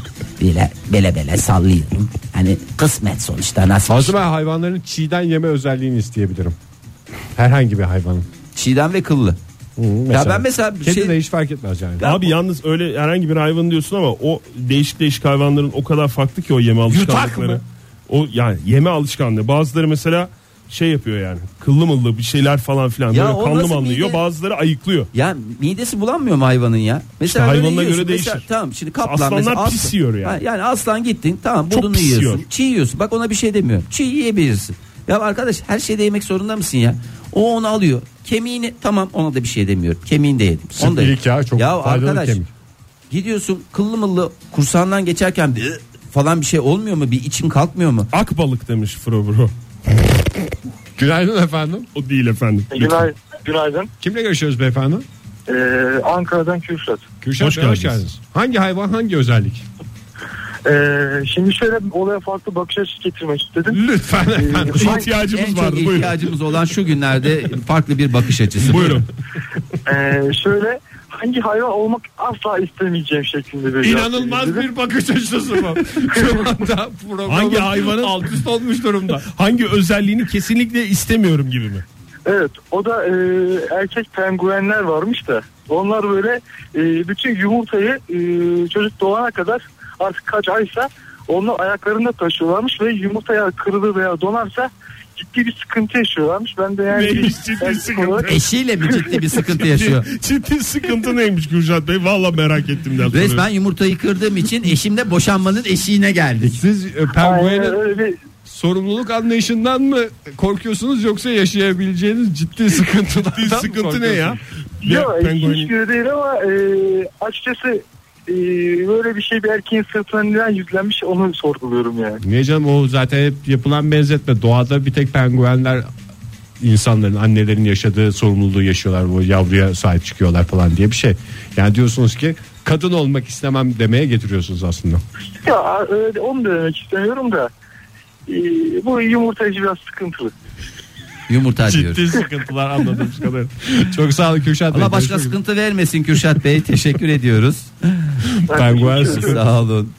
Böyle sallıyorum. Hani kısmet sonuçta, nasıl? Aslında ben hayvanların çiğden yeme özelliğini isteyebilirim. Herhangi bir hayvanın. Çiğdem ve kıllı. Ya ben mesela bir Kedi şey- de hiç fark etmez yani. Abi yalnız öyle herhangi bir hayvan diyorsun ama o değişik hayvanların o kadar farklı ki o yeme alışkanlıkları. mı? O yani yeme alışkanlığı. Bazıları mesela şey yapıyor yani. Kıllı mıllı bir şeyler falan filan. Ya Böyle o kanlı nasıl manlı yiyor. mide? Bazıları ayıklıyor. Ya midesi bulanmıyor mu hayvanın ya? Mesela İşte böyle hayvanına yiyorsun. göre Mesela, değişir. tamam, şimdi kaplan Aslanlar mesela pis yiyor yani. Ha, yani aslan gittin, tamam, Çok budunu pis yiyorsun. yiyor. Çiğ yiyorsun. Bak, ona bir şey demiyorum. Çiğ yiyebilirsin. Ya arkadaş, her şeyde yemek zorunda mısın ya? O onu alıyor. Kemiğini, tamam, ona da bir şey demiyorum. Kemiğini de yedim. Onu da Sütlilik yedim. ya, çok faydalı arkadaş, kemik. gidiyorsun kıllı mıllı kursağından geçerken falan bir şey olmuyor mu? Bir için kalkmıyor mu? Ak balık demiş Bro. Günaydın efendim. O değil efendim. Günaydın. Kimle görüşüyoruz beyefendi? Ankara'dan Kürşat. Kürşat Hoş Bey, hoş geldiniz. geldiniz. Hangi hayvan, hangi özellik? Şimdi şöyle bir olaya farklı bakış açısı getirmek istedim. Lütfen efendim. En İhtiyacımız çok vardı. Buyurun. ihtiyacımız olan şu günlerde farklı bir bakış açısı. Buyurun. Şöyle, hangi hayvan olmak asla istemeyeceğim şeklinde bir İnanılmaz bir bakış açısı bu. Şu anda programın Hangi hayvanın alt üst olmuş durumda. hangi özelliğini kesinlikle istemiyorum gibi mi? Evet, o da erkek penguenler varmış da onlar böyle bütün yumurtayı çocuk doğana kadar artık kaç aysa onu ayaklarında taşıyorlarmış ve yumurtaya kırılır veya donarsa ciddi bir sıkıntı yaşıyorlarmış. Ben de yani Neymiş ciddi erkek sıkıntı? olarak- Eşiyle mi ciddi bir sıkıntı yaşıyor? Ciddi sıkıntı neymiş Kürşat Bey? Valla merak ettim. Resmen yumurtayı kırdığım için eşimle boşanmanın eşiğine geldik. Siz Aynen penguenin öyle bir sorumluluk anlayışından mı korkuyorsunuz yoksa yaşayabileceğiniz ciddi sıkıntılardan Ciddi mı sıkıntı ne ya? Yok, Penguenin- hiçbiri değil ama açıkçası böyle bir şey bir erkeğin sırtına neden yüklenmiş onu sorguluyorum yani. Niye canım, o zaten hep yapılan benzetme. Doğada bir tek penguenler insanların, annelerin yaşadığı sorumluluğu yaşıyorlar, bu yavruya sahip çıkıyorlar falan diye bir şey. Yani diyorsunuz ki kadın olmak istemem demeye getiriyorsunuz aslında. Ya onu demek istemiyorum da bu yumurtacı biraz sıkıntılı. Yumurta diyor. Ciddi sıkıntılar anladığımız kadar. Çok sağ olun Kürşat Bey. Allah başka sıkıntı vermesin Kürşat Bey. Teşekkür ediyoruz. Penguen Sağ olun.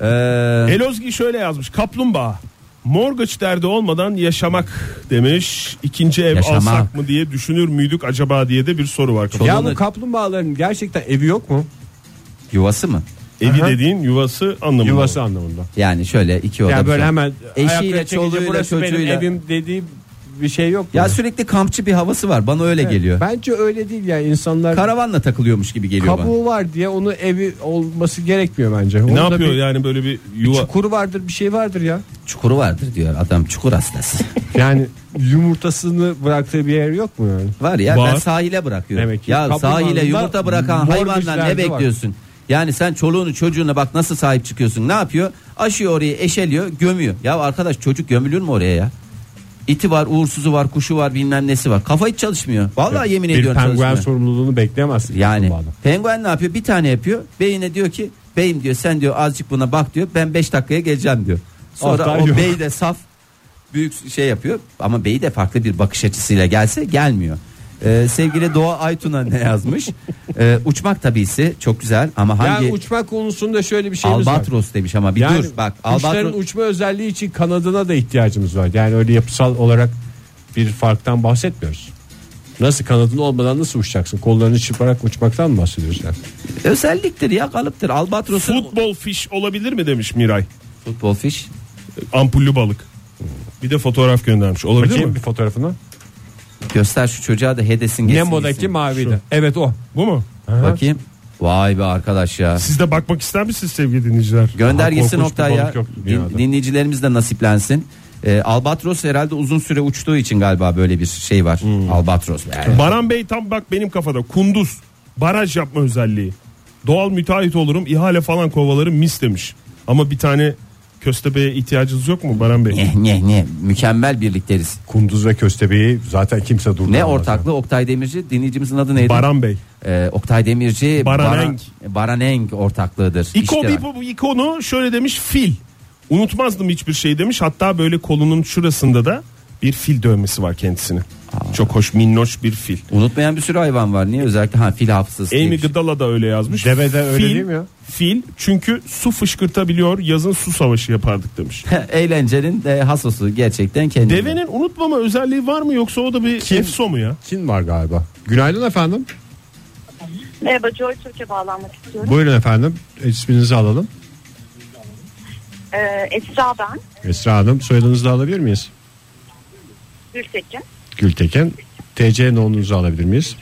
Elozgi şöyle yazmış. Kaplumbağa. Mortgage derdi olmadan yaşamak demiş. İkinci ev Yaşamak. alsak mı diye düşünür müydük acaba diye de bir soru var. Ya bu kaplumbağaların gerçekten evi yok mu? Yuvası mı? Evi dediğin yuvası anlamında. Yuvası anlamında. Yani şöyle iki oda. Yani böyle bir hemen Eşiyle, ayakları çekince çoluğuyla, burası benim çocuğuyla. evim dediği bir şey yok mu? Ya sürekli kampçı bir havası var. Bana öyle geliyor. Bence öyle değil ya, insanlar Karavanla takılıyormuş gibi geliyor bana. kabuğu var diye onu evi olması gerekmiyor bence. Ne Onun da yapıyor bir yani böyle bir yuva? çukuru vardır, bir şey vardır ya. Çukuru vardır diyor adam, çukur hastası. Yani yumurtasını bıraktığı bir yer yok mu yani? Var ya, Var. ben sahile bırakıyorum. Demek ki Ya kaplumbağanın sahile da yumurta bırakan mortgage hayvandan ne derdi var. bekliyorsun? Yani sen çoluğunu çocuğuna bak nasıl sahip çıkıyorsun. Ne yapıyor? Aşıyor orayı, eşeliyor, gömüyor. Ya arkadaş, çocuk gömülür mü oraya ya? İti var, uğursuzu var, kuşu var, bilmem nesi var. Kafa hiç çalışmıyor. Vallahi yemin Bir ediyorum penguen çalışmıyor. sorumluluğunu bekleyemezsin. Yani kaplumbağadan. penguen ne yapıyor? Bir tane yapıyor. Beyine diyor ki, beyim diyor, sen diyor azıcık buna bak diyor. Ben 5 dakikaya geleceğim diyor. Sonra Hatta o yok. bey de saf büyük şey yapıyor. Ama bey de farklı bir bakış açısıyla gelse gelmiyor. Sevgili Doğa Aytun'a ne yazmış? Uçmak tabisi çok güzel ama hangi Yani uçmak konusunda şöyle bir şeyimiz var. albatros demiş ama bir Yani dur bak, kuşların albatros uçma özelliği için kanadına da ihtiyacımız var. Yani öyle yapısal olarak bir farktan bahsetmiyoruz. Nasıl, kanadın olmadan nasıl uçacaksın? Kollarını çırparak uçmaktan mı bahsediyoruz yani? özelliktir ya, kalıptır. Albatrosun Football fish olabilir mi demiş Miray. futbol fiş. Ampullü balık. Bir de fotoğraf göndermiş. Olabilir Bakayım mi? bir fotoğrafına. Göster şu çocuğa da hedesin geçsin. Nemo'daki gitsin. maviydi. Evet o. Bu mu? Bakayım. Vay be arkadaş ya. Siz de bakmak ister misiniz sevgili dinleyiciler? Gönder Daha gitsin korkunç bir Oktay ya. balık yok dünyada. Dinleyicilerimiz de nasiplensin. Albatros herhalde uzun süre uçtuğu için galiba böyle bir şey var. Albatros. Yani. Baran Bey tam bak benim kafada. Kunduz. Baraj yapma özelliği. Doğal müteahhit olurum. İhale falan kovalarım mis demiş. Ama bir tane köstebeğe ihtiyacınız yok mu Baran Bey? Ne mükemmel birlikleriz. Kunduz ve köstebeği zaten kimse durduramaz. Ne ortaklığı? Oktay Demirci, dinleyicimizin adı neydi? Baran Bey. Oktay Demirci Baraneng. Baraneng ortaklığıdır. İko İşte bu ikonu şöyle demiş, fil. Unutmazdım hiçbir şey demiş. Hatta böyle kolunun şurasında da bir fil dövmesi var kendisine. Çok hoş, minnoş bir fil. unutmayan bir sürü hayvan var. Niye özellikle fil hafızası diye Amy bir şey. Gıdala da öyle yazmış. Deve de öyle Fil- değil mi ya? Fil çünkü su fışkırtabiliyor, yazın su savaşı yapardık demiş. Eğlencenin hassası gerçekten kendi. Devenin unutmama özelliği var mı yoksa o da bir efso mu ya? Kim var galiba? Günaydın efendim. Merhaba, Joy Türk'e bağlanmak istiyorum. Buyurun efendim. İsminizi alalım. Esra ben, Esra Hanım, soyadınızı da alabilir miyiz? Gültekin. Gültekin. TC no'nunuzu alabilir miyiz?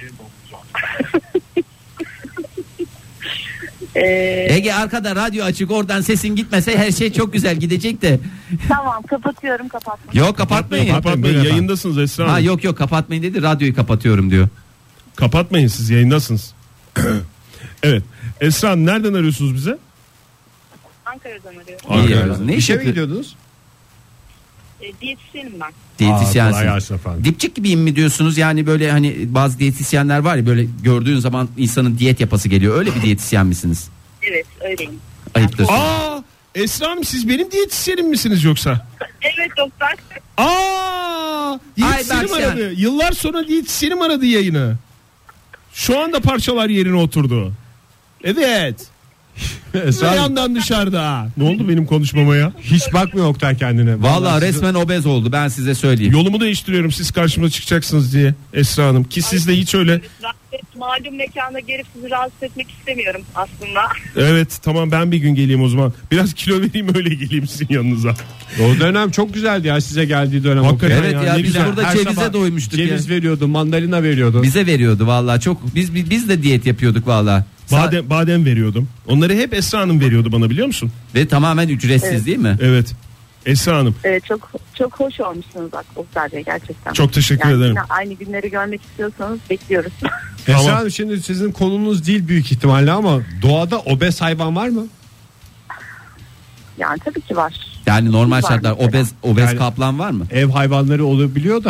Ege arkada radyo açık, oradan sesin gitmese her şey çok güzel gidecek de. Tamam, kapatıyorum, kapatma. Yok kapatmayın. Kapatmayın, buyurun efendim. yayındasınız Esra Ha Hanım. yok kapatmayın dedi, radyoyu kapatıyorum diyor. Kapatmayın, siz yayındasınız. Evet. Esra Hanım, nereden arıyorsunuz bize? Ankara'dan arıyorum. İyi Ankara'dan. arıyorsun. Ne İşe mi yapıyor? gidiyordunuz? Diyetisyenim ben. Kolay Diyetisyensin. gelsin efendim. Dipçik gibiyim mi diyorsunuz? Yani böyle hani bazı diyetisyenler var ya, böyle gördüğün zaman insanın diyet yapası geliyor. Öyle bir diyetisyen misiniz? Evet, öyleyim. Ayıptır. Aa, Esra Hanım, siz benim diyetisyenim misiniz yoksa? Evet doktor. Aa, diyetisyenim bak sen. aradı. Yıllar sonra diyetisyenim aradı yayını. Şu anda parçalar yerine oturdu. Evet. Esra Ve Hanım yandan dışarıda. Ne oldu benim konuşmama ya? hiç bakmıyor Oktay kendine. Vallahi sizi- resmen obez oldu, ben size söyleyeyim. Yolumu değiştiriyorum siz karşıma çıkacaksınız diye Esra Hanım. Ki siz de hiç öyle. Malum mekana gelip sizi rahatsız etmek istemiyorum aslında. Evet tamam, ben bir gün geleyim o zaman. Biraz kilo vereyim öyle geleyim sizin yanınıza. O dönem çok güzeldi ya, size geldiği dönem. Hakikaten Oktay. Evet ya, ya, ne biz güzel. burada Her cevize sabah doymuştuk Ceviz ya. veriyordu, mandalina veriyordu. Bize veriyordu vallahi, çok biz de diyet yapıyorduk vallahi. Badem veriyordum. Onları hep Esra Hanım veriyordu bana, biliyor musun? Ve tamamen ücretsiz değil mi? Evet. Esra Hanım, Çok çok hoş olmuşsunuz Oktay Bey, gerçekten. çok teşekkür Yani ederim. yine aynı günleri görmek istiyorsanız bekliyoruz. Esra Tamam. Hanım, şimdi sizin konunuz değil büyük ihtimalle ama doğada obez hayvan var mı? Yani tabii ki var. Yani normal Var şartlar mesela. obez Yani- kaplan var mı? Ev hayvanları olabiliyor da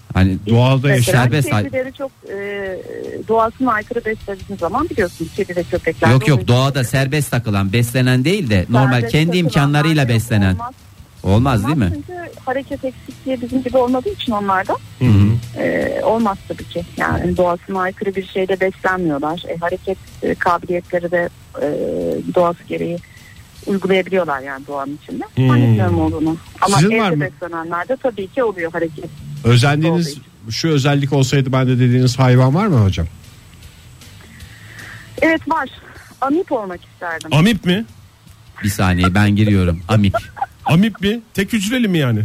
Hani Doğalda Mesela serbest kedileri çok doğasına aykırı beslediğiniz zaman biliyorsunuz kedi ve köpekler. yok doğada serbest takılan, beslenen değil de normal Serbest kendi takılanlar imkanlarıyla yok, beslenen. Olmaz değil mi? Çünkü hareket eksikliği bizim gibi olmadığı için onlarda olmaz tabii ki. Yani doğasına aykırı bir şeyde beslenmiyorlar. Hareket kabiliyetleri de doğası gereği uygulayabiliyorlar yani doğanın içinde. Zannetmiyorum olduğunu. Ama Sizin evde var mı? beslenenlerde tabii ki oluyor hareket. Özendiğiniz şu özellik olsaydı ben de dediğiniz hayvan var mı hocam? Evet var. Amip olmak isterdim. Amip mi? Bir saniye ben giriyorum. Amip. Amip mi? Tek hücreli mi yani?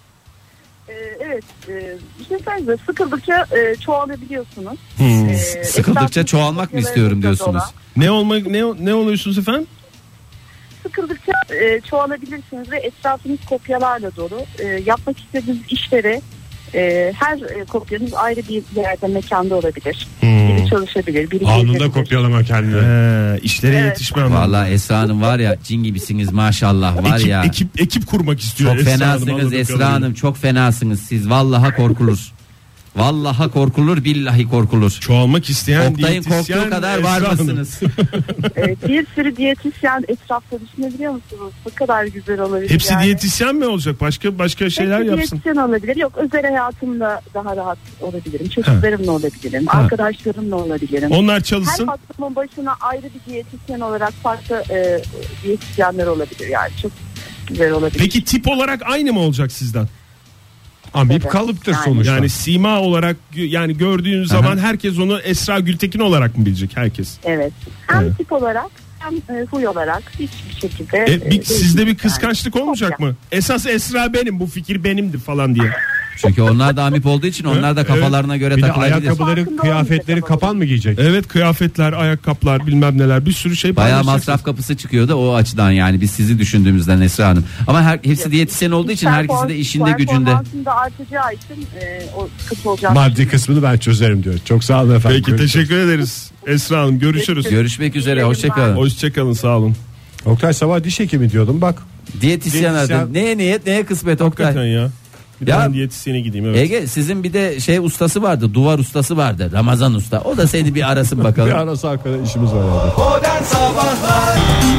Evet. Düşünsenize sıkıldıkça çoğalabiliyorsunuz. Sıkıldıkça çoğalmak mı istiyorum diyorsunuz? Ne oluyorsunuz efendim? Sıkıldıkça çoğalabilirsiniz ve etrafınız kopyalarla dolu. Yapmak istediğiniz işleri her kopyanız ayrı bir yerde, mekanda olabilir. Biri çalışabilir, biri Anında gezebilir. kopyalama kendini. İşlere Evet. yetişmem. Vallahi Esra Hanım var ya cin gibisiniz maşallah var ya. Ekip kurmak istiyor. Çok Esra Hanım, fenasınız anladığım Esra kadarıyla. Hanım, çok fenasınız siz. Vallahi korkulur. Vallahi korkulur, billahi korkulur. Çoğalmak isteyen Oktay'ın diyetisyen korktuğu kadar var Esra Hanım. mısınız? Bir sürü diyetisyen etrafta düşünebiliyor musunuz? Ne kadar güzel olabilir. Hepsi yani. diyetisyen mi olacak? Başka şeyler Hepsi yapsın. diyetisyen olabilir. Yok, özel hayatımda daha rahat olabilirim. Çocuklarımla olabilirim. Arkadaşlarımla olabilirim. Onlar Her çalışsın. hattımın başına ayrı bir diyetisyen olarak farklı diyetisyenler olabilir. Yani çok güzel olabilir. Peki tip olarak aynı mı olacak sizden? Amip Evet. kalıptır Yani. sonuçta. Yani sima olarak yani gördüğün zaman herkes onu Esra Gültekin olarak mı bilecek herkes? Evet. Hem tip olarak hem huy olarak hiçbir şekilde. Sizde bir değişik kıskançlık yani. olmayacak mı? Esas Esra benim, bu fikir benimdir falan diye. Çünkü onlar da amip olduğu için onlar da kafalarına göre bir de takılabilir. ayakkabıları, Farkında kıyafetleri olmayacak kapan mı giyecek? Evet, kıyafetler, ayakkabılar, bilmem neler, bir sürü şey Bayağı paylaşacaksın. masraf kapısı çıkıyor da o açıdan yani biz sizi düşündüğümüzden Esra Hanım. Ama hepsi diyetisyen olduğu için herkesi de işinde gücünde. Performansın da artacağı için o sıkıntı olacak. Maddi kısmını ben çözerim diyor. Çok sağ olun efendim. Peki, Görüşürüz. teşekkür ederiz Esra Hanım, görüşürüz. Görüşmek üzere, hoşçakalın. Hoşçakalın, sağ olun. Oktay sabah diş hekimi diyordum bak. Diyetisyen Diyetisyen- adı. Neye niyet neye kısmet Hakikaten Oktay. ya. Bir de Ya- ben diyetisyene gideyim, evet. Ege sizin bir de ustası vardı, duvar ustası vardı, Ramazan usta. O da seni bir arasın Bir bakalım. arası hakikaten işimiz var orada. Modern Sabahlar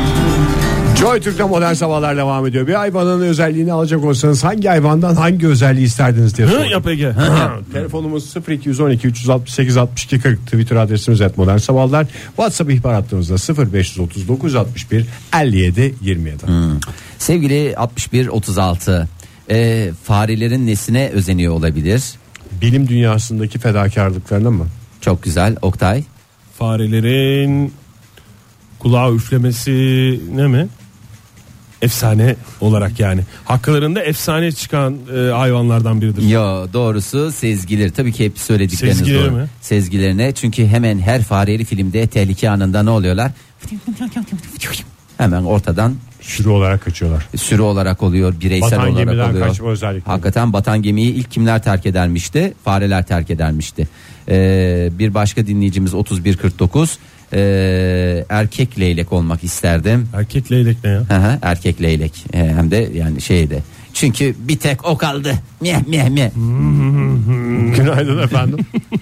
Joy Türk'te modern sabahlar devam ediyor. Bir hayvanın özelliğini alacak olsanız hangi hayvandan hangi özelliği isterdiniz diye Hı, sordum. yap Ege. Telefonumuz 0212 368 62 40, Twitter adresimiz @modern sabahlar, WhatsApp ihbar hattımızda 0539 61 57 27. Sevgili 6136, farelerin nesine özeniyor olabilir? Bilim dünyasındaki fedakarlıklarına mı? Çok güzel Oktay. Farelerin kulağa üflemesi ne mi? Efsane olarak yani. Haklarında efsane çıkan hayvanlardan biridir. Yo, doğrusu sezgilir. Tabii ki hep söyledikleriniz Sezgileri doğru. mi? Sezgilerine, çünkü hemen her fareli filmde tehlike anında ne oluyorlar? Hemen ortadan Sürü olarak kaçıyorlar. sürü olarak oluyor, bireysel Batan olarak gemiden oluyor. kaçma özellikle. Hakikaten batan gemiyi ilk kimler terk edermişti? Fareler terk edermişti. Bir başka dinleyicimiz 3149, erkek leylek olmak isterdim. Erkek leylek ne ya? Hı hı, erkek leylek. Hem de yani şeyde. Çünkü bir tek o kaldı. Meh meh meh. Günaydın efendim.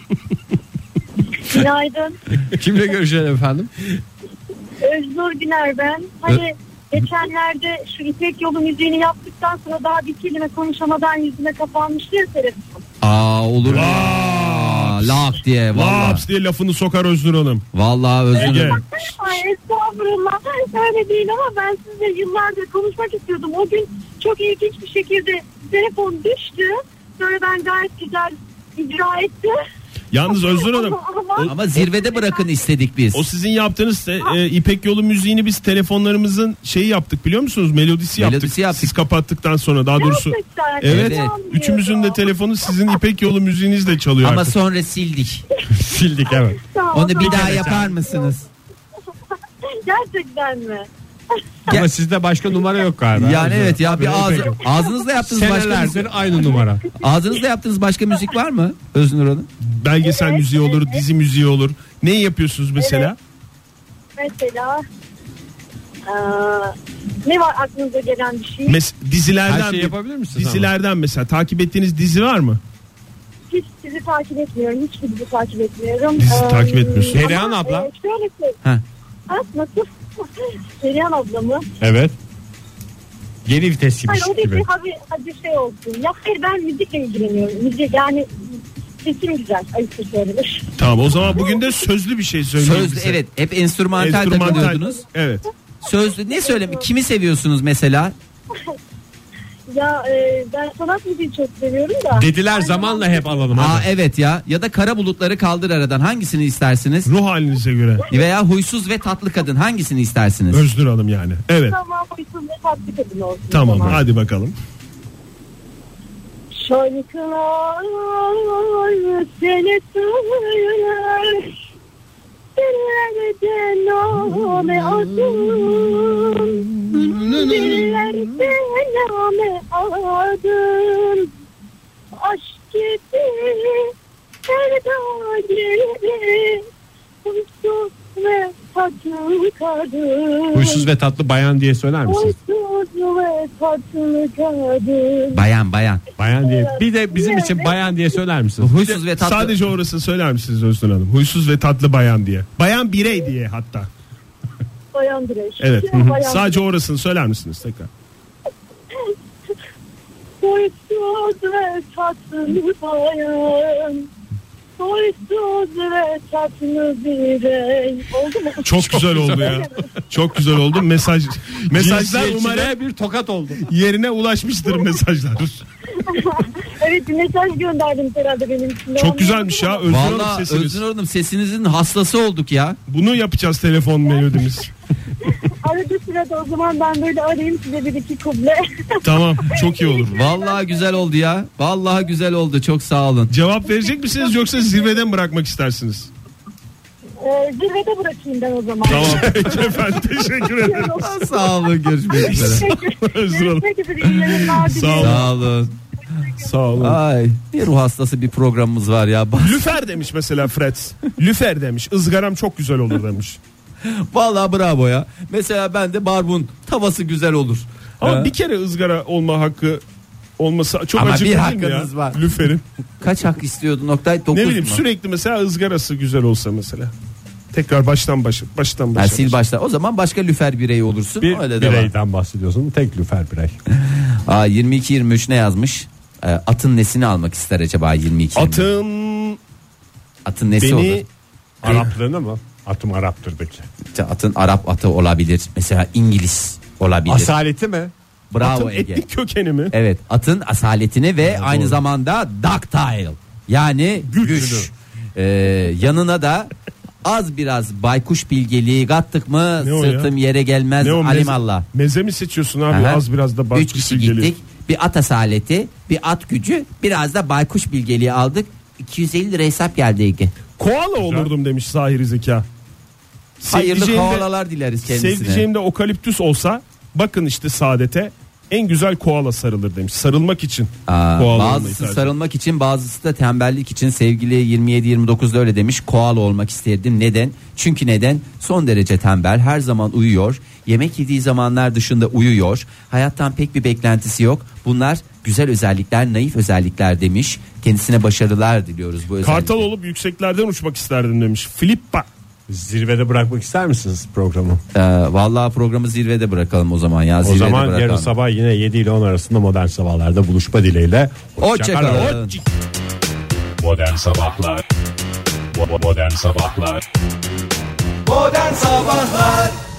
Günaydın. Kimle görüşelim efendim? Öznur Güner ben. Hani geçenlerde şu İpek Yolu müziğini yaptıktan sonra daha bir kelime konuşamadan yüzüne kapanmıştı ya telefon. Olur. Lak diye vallahi. Laps diye lafını sokar Öznur Hanım. Vallahi özür Ege. dilerim. Ay estağfurullah. Öyle değil ama ben sizinle yıllardır konuşmak istiyordum. O gün çok ilginç bir şekilde telefon düştü. Sonra ben gayet güzel icra ettim. Yalnız Öznur Hanım, Ama zirvede bırakın istedik biz. o sizin yaptığınız İpek Yolu müziğini biz telefonlarımızın şeyi yaptık, biliyor musunuz? Melodisi yaptık. Siz kapattıktan sonra, daha doğrusu. Gerçekten. Evet. İnanmıyorum. Üçümüzün de telefonu sizin İpek Yolu müziğinizle çalıyor Ama artık. sonra sildik. Sildik evet. Tamam, Onu bir tamam. daha yapar mısınız? Gerçekten mi? Ama sizde başka numara yok galiba. Yani evet ya, bir Peki. ağzınızda yaptığınız başka müzik, Senelerdir aynı numara. ağzınızda yaptığınız başka müzik var mı Öznur Hanım? Belgesel müziği olur, dizi müziği olur. Neyi yapıyorsunuz mesela? Mesela ne var aklınıza gelen bir şey? Dizilerden Her şeyi yapabilir misiniz Dizilerden mesela takip ettiğiniz dizi var mı? hiç sizi takip etmiyorum. Hiçbir dizi takip etmiyorum. Dizi takip etmiyorsun. Perihan abla. Şöyle söyleyeyim. Ha. Nasıl? Perihan abla mı? Evet. Yeni vites gibi. Hayır, o da bir şey olsun. Ya hayır, ben müzikle ilgileniyorum. Müzik yani sesim güzel. Ayıptır söylenir. Tamam, o zaman bugün de sözlü bir şey söyleyin. Sözlü, evet, hep enstrümantal takılıyordunuz. Evet. Sözlü ne söyleme? Kimi seviyorsunuz mesela? Ya ben sanat müziği çok seviyorum da. Dediler zamanla hep alalım. Aa Hadi. evet ya. Ya da kara bulutları kaldır aradan. Hangisini istersiniz? Ruh halinize göre. Veya huysuz ve tatlı kadın, hangisini istersiniz? Öznur Hanım yani. Evet. Tamam, huysuz ve tatlı kadın olsun. Tamam, hadi bakalım. Şarkılar seni söyler, dillerde name adın, dillerde name adın, aşk gibi, sevda gibi, huysuz ve tatlı kadın. Huysuz ve tatlı bayan diye söyler misiniz? Huysuz ve tatlı kadın. Bayan. Bayan diye. Bir de bizim için bayan diye söyler misiniz? Huysuz ve tatlı. Sadece orasını söyler misiniz Öznur Hanım? Huysuz ve tatlı bayan diye. Bayan birey diye hatta. Bayan direkt. Evet. Bayan Sadece orasını söyler misiniz tekrar? Huysuz ve tatlı bayan. Huysuz ve tatlı birey. Oldu mu? Çok güzel oldu ya. Çok güzel oldu. Mesajlar umarım bir tokat oldu. yerine ulaşmıştır mesajlar. Evet, bir mesaj gönderdim herhalde benim için. Çok güzelmiş ya. Öznur Hanım Valla sesiniz. Öznur Hanım, sesinizin hastası olduk ya. Bunu yapacağız telefon melodimiz. Arada sırada o zaman ben böyle arayayım size bir iki kuble. Tamam, çok iyi olur. Vallahi güzel oldu ya. Vallahi güzel oldu. Çok sağ olun. Cevap verecek misiniz yoksa zirveden mi bırakmak istersiniz? Zirvede bırakayım ben o zaman. Tamam peki efendim, teşekkür ederim. Sağ olun. Görüşmek üzere. Öznur Hanım. Görüşmek üzere. İyi yayınlar Sağ olun. Sağ olun. Sağ olun. Ay, bir ruh hastası bir programımız var ya. Lüfer demiş mesela Fred. Lüfer demiş. Izgaram çok güzel olur demiş. Vallahi bravo ya. Mesela ben de barbun tavası güzel olur. Ama bir kere ızgara olma hakkı olması çok Ama acı bir değil mi hakkınız ya? var. Lüfer'in. Kaç hak istiyordun Oktay? 9 Ne bileyim, mu? sürekli mesela ızgarası güzel olsa mesela. Tekrar baştan Ha, sil başla. O zaman başka lüfer bireyi olursun. Bir Öyle devam. bireyden bahsediyorsun. Tek lüfer birey. 22-23 ne yazmış? Atın nesini almak ister acaba 22-23? Atın nesi olur? Araplığını mı? Atım Arap'tır ki. İşte atın Arap atı olabilir. Mesela İngiliz olabilir. Asaleti mi? Bravo Atın Ege. etnik kökeni mi? Evet, atın asaletini ve aynı zamanda ductile, yani güç. Yanına da az biraz baykuş bilgeliği kattık mı Ne o sırtım yere gelmez Ne o, alimallah. meze mi seçiyorsun abi? Aha. Az biraz da 3 baykuş kişi bilgeliği. gittik. Bir at asaleti, bir at gücü, biraz da baykuş bilgeliği aldık. 250 lira hesap geldi Ege. Koala olurdum demiş Zahiri Zeka. Hayırlı Sevdiceğimde- koalalar dileriz kendisine. Sevdiceğimde okaliptüs olsa bakın işte saadete en güzel koala sarılır demiş. Sarılmak için. koala olmayı Bazısı tercih. sarılmak için, bazısı da tembellik için. Sevgili 27-29'da öyle demiş. Koala olmak isterdim. Neden? Çünkü neden? Son derece tembel. Her zaman uyuyor. Yemek yediği zamanlar dışında uyuyor. Hayattan pek bir beklentisi yok. Bunlar güzel özellikler, naif özellikler demiş. Kendisine başarılar diliyoruz bu özellikle. Kartal olup yükseklerden uçmak isterdim demiş. Filippa. Zirvede bırakmak ister misiniz programı? Vallahi programı zirvede bırakalım o zaman ya. O Zirvede zaman bırakalım. yarın sabah yine 7 ile 10 arasında Modern Sabahlar'da buluşma dileğiyle. Hoşçakalın. Modern Sabahlar Modern Sabahlar Modern Sabahlar